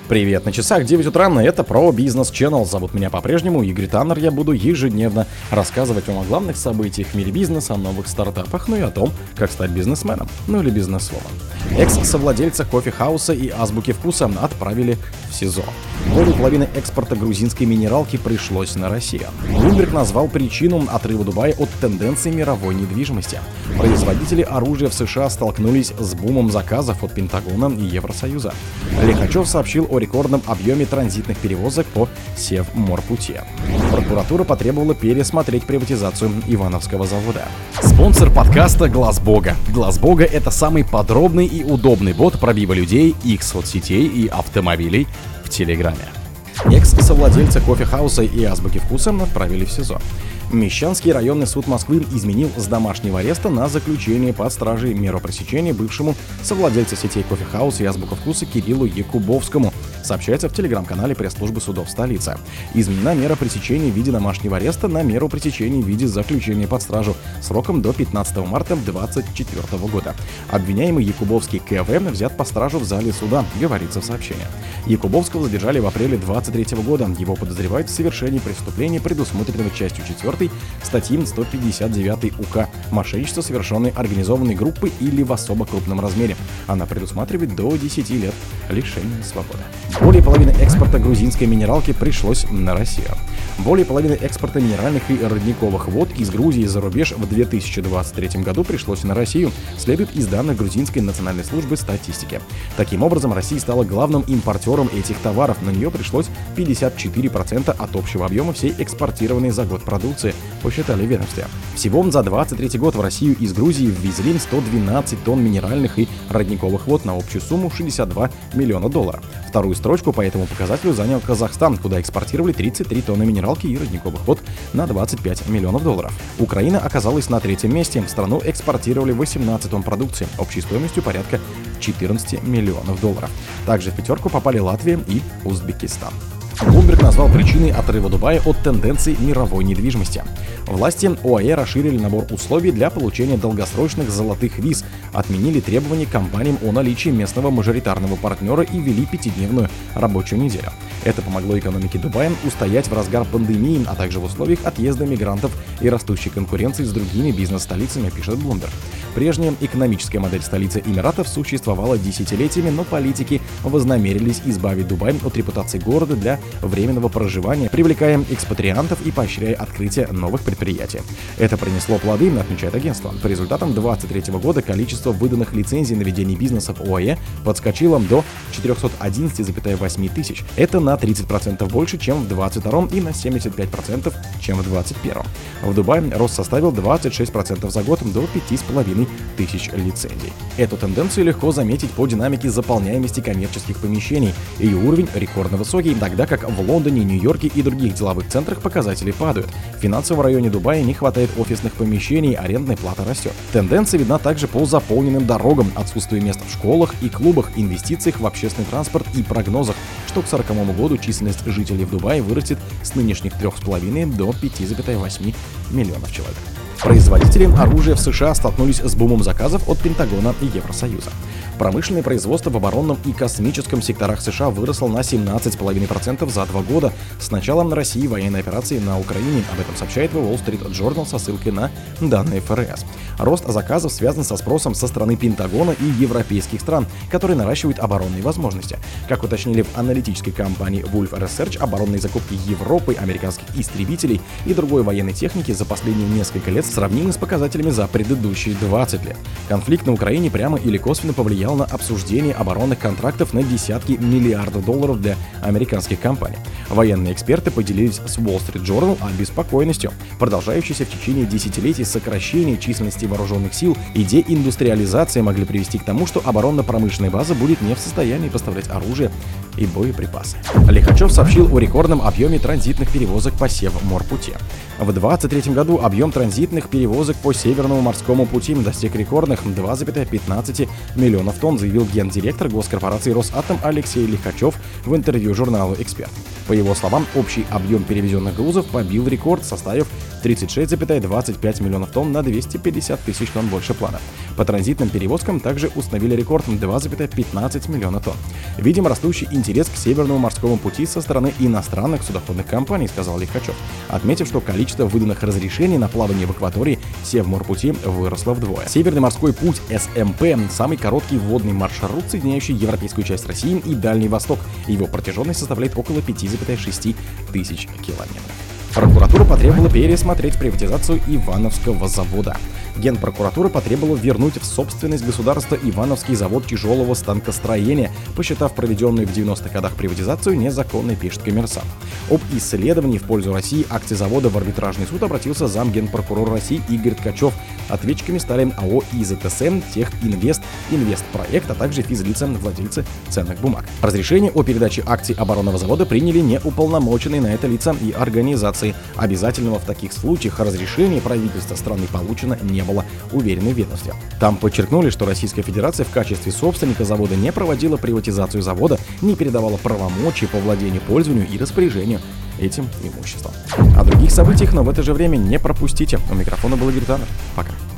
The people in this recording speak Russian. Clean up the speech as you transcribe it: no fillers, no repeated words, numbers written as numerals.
Привет, на часах 9 утра, это про Business Channel. Зовут меня по-прежнему Игорь Таннер. Я буду ежедневно рассказывать вам о главных событиях в мире бизнеса, о новых стартапах, и о том, как стать бизнесменом, или бизнесвомом. Экс-совладельца кофе-хауса и азбуки вкуса отправили в СИЗО. Более половины экспорта грузинской минералки пришлось на Россию. Bloomberg назвал причину отрыва Дубая от тенденций мировой недвижимости. Производители оружия в США столкнулись с бумом заказов от Пентагона и Евросоюза. Лихачев сообщил о рекордном объеме транзитных перевозок по Севморпути. Прокуратура потребовала пересмотреть приватизацию Ивановского завода. Спонсор подкаста Глаз Бога. Глаз Бога — это самый подробный и удобный бот пробива людей, их соцсетей и автомобилей в Телеграме. Экс-совладельца кофе-хауса и азбуки вкуса отправили в СИЗО. Мещанский районный суд Москвы изменил с домашнего ареста на заключение под стражей меру пресечения бывшему совладельцу сетей кофе-хаус и азбука вкуса Кириллу Якубовскому, сообщается в телеграм-канале пресс-службы судов столицы. Изменена мера пресечения в виде домашнего ареста на меру пресечения в виде заключения под стражу сроком до 15 марта 2024 года. Обвиняемый Якубовский КВ взят по стражу в зале суда, говорится в сообщении. Якубовского задержали в апреле 2023 года. Его подозревают в совершении преступления, предусмотренного частью 4 статьи 159 УК «Мошенничество, совершенное организованной группой или в особо крупном размере». Она предусматривает до 10 лет лишения свободы. Более половины экспорта грузинской минералки пришлось на Россию. Более половины экспорта минеральных и родниковых вод из Грузии за рубеж в 2023 году пришлось на Россию, следует из данных Грузинской национальной службы статистики. Таким образом, Россия стала главным импортером этих товаров. На нее пришлось 54% от общего объема всей экспортированной за год продукции, посчитали в ведомстве. Всего за 2023 год в Россию из Грузии ввезли 112 тонн минеральных и родниковых вод на общую сумму $62 миллиона. Вторую строчку по этому показателю занял Казахстан, куда экспортировали 33 тонны минералки и родниковых вод на $25 миллионов. Украина оказалась на третьем месте. В страну экспортировали 18 тонн продукции общей стоимостью порядка $14 миллионов. Также в пятерку попали Латвия и Узбекистан. Bloomberg назвал причиной отрыва Дубая от тенденций мировой недвижимости. Власти ОАЭ расширили набор условий для получения долгосрочных золотых виз, отменили требования компаниям о наличии местного мажоритарного партнера и ввели 5-дневную рабочую неделю. Это помогло экономике Дубая устоять в разгар пандемии, а также в условиях отъезда мигрантов и растущей конкуренции с другими бизнес-столицами, пишет Bloomberg. Прежняя экономическая модель столицы Эмиратов существовала десятилетиями, но политики вознамерились избавить Дубай от репутации города для временного проживания, привлекая экспатриантов и поощряя открытие новых предприятий. Это принесло плоды, отмечает агентство. По результатам 2023 года количество выданных лицензий на ведение бизнеса в ОАЭ подскочило до 411,8 тысяч. Это на 30% больше, чем в 2022 и на 75%, чем в 2021. В Дубае рост составил 26% за год до 5,5 тысяч лицензий. Эту тенденцию легко заметить по динамике заполняемости коммерческих помещений. Ее уровень рекордно высокий, тогда как в Лондоне, Нью-Йорке и других деловых центрах показатели падают. В финансовом районе Дубая не хватает офисных помещений, арендная плата растет. Тенденция видна также по заполненным дорогам, отсутствию мест в школах и клубах, инвестициях в общественный транспорт и прогнозах, что к 1940 году численность жителей в Дубае вырастет с нынешних 3,5 до 5,8 миллионов человек. Производители оружия в США столкнулись с бумом заказов от Пентагона и Евросоюза. Промышленное производство в оборонном и космическом секторах США выросло на 17,5% за 2 года с началом на России военной операции на Украине. Об этом сообщает Wall Street Journal со ссылкой на данные ФРС. Рост заказов связан со спросом со стороны Пентагона и европейских стран, которые наращивают оборонные возможности. Как уточнили в аналитической компании Wolf Research, оборонные закупки Европы, американских истребителей и другой военной техники за последние несколько лет сравнимы с показателями за предыдущие 20 лет. Конфликт на Украине прямо или косвенно повлиял на обсуждение оборонных контрактов на десятки миллиардов долларов для американских компаний. Военные эксперты поделились с Wall Street Journal обеспокоенностью, продолжающейся в течение десятилетий сокращение численности вооруженных сил и деиндустриализация могли привести к тому, что оборонно-промышленная база будет не в состоянии поставлять оружие и боеприпасы. Лихачев сообщил о рекордном объеме транзитных перевозок по Севморпути. В 2023 году объем транзитных перевозок по Северному морскому пути достиг рекордных 2,15 миллионов тонн, заявил гендиректор госкорпорации «Росатом» Алексей Лихачев в интервью журналу «Эксперт». По его словам, общий объем перевезенных грузов побил рекорд, составив 36,25 миллионов тонн на 250 тысяч тонн больше плана. По транзитным перевозкам также установили рекорд 2,15 миллиона тонн. Видим растущий интерес к Северному морскому пути со стороны иностранных судоходных компаний, сказал Лихачев, отметив, что количество выданных разрешений на плавание в акватории Севморпути выросло вдвое. Северный морской путь СМП – самый короткий водный маршрут, соединяющий европейскую часть России и Дальний Восток. Его протяженность составляет около 5,6 тысяч километров. Прокуратура потребовала пересмотреть приватизацию Ивановского завода. Генпрокуратура потребовала вернуть в собственность государства Ивановский завод тяжелого станкостроения, посчитав проведенную в 90-х годах приватизацию незаконной, пишет «Коммерсант». Об исследовании в пользу России акций завода в арбитражный суд обратился замгенпрокурора России Игорь Ткачев. Ответчиками стали АО ИЗТС, Техинвест, Инвестпроект, а также физлица, владельцы ценных бумаг. Разрешение о передаче акций оборонного завода приняли неуполномоченные на это лица и организации. Обязательного в таких случаях разрешения правительства страны получено не было, уверены в ведомстве. Там подчеркнули, что Российская Федерация в качестве собственника завода не проводила приватизацию завода, не передавала полномочий по владению, пользованию и распоряжению этим имуществом. О других событиях, но в это же время не пропустите. У микрофона был Игорь Таннер. Пока.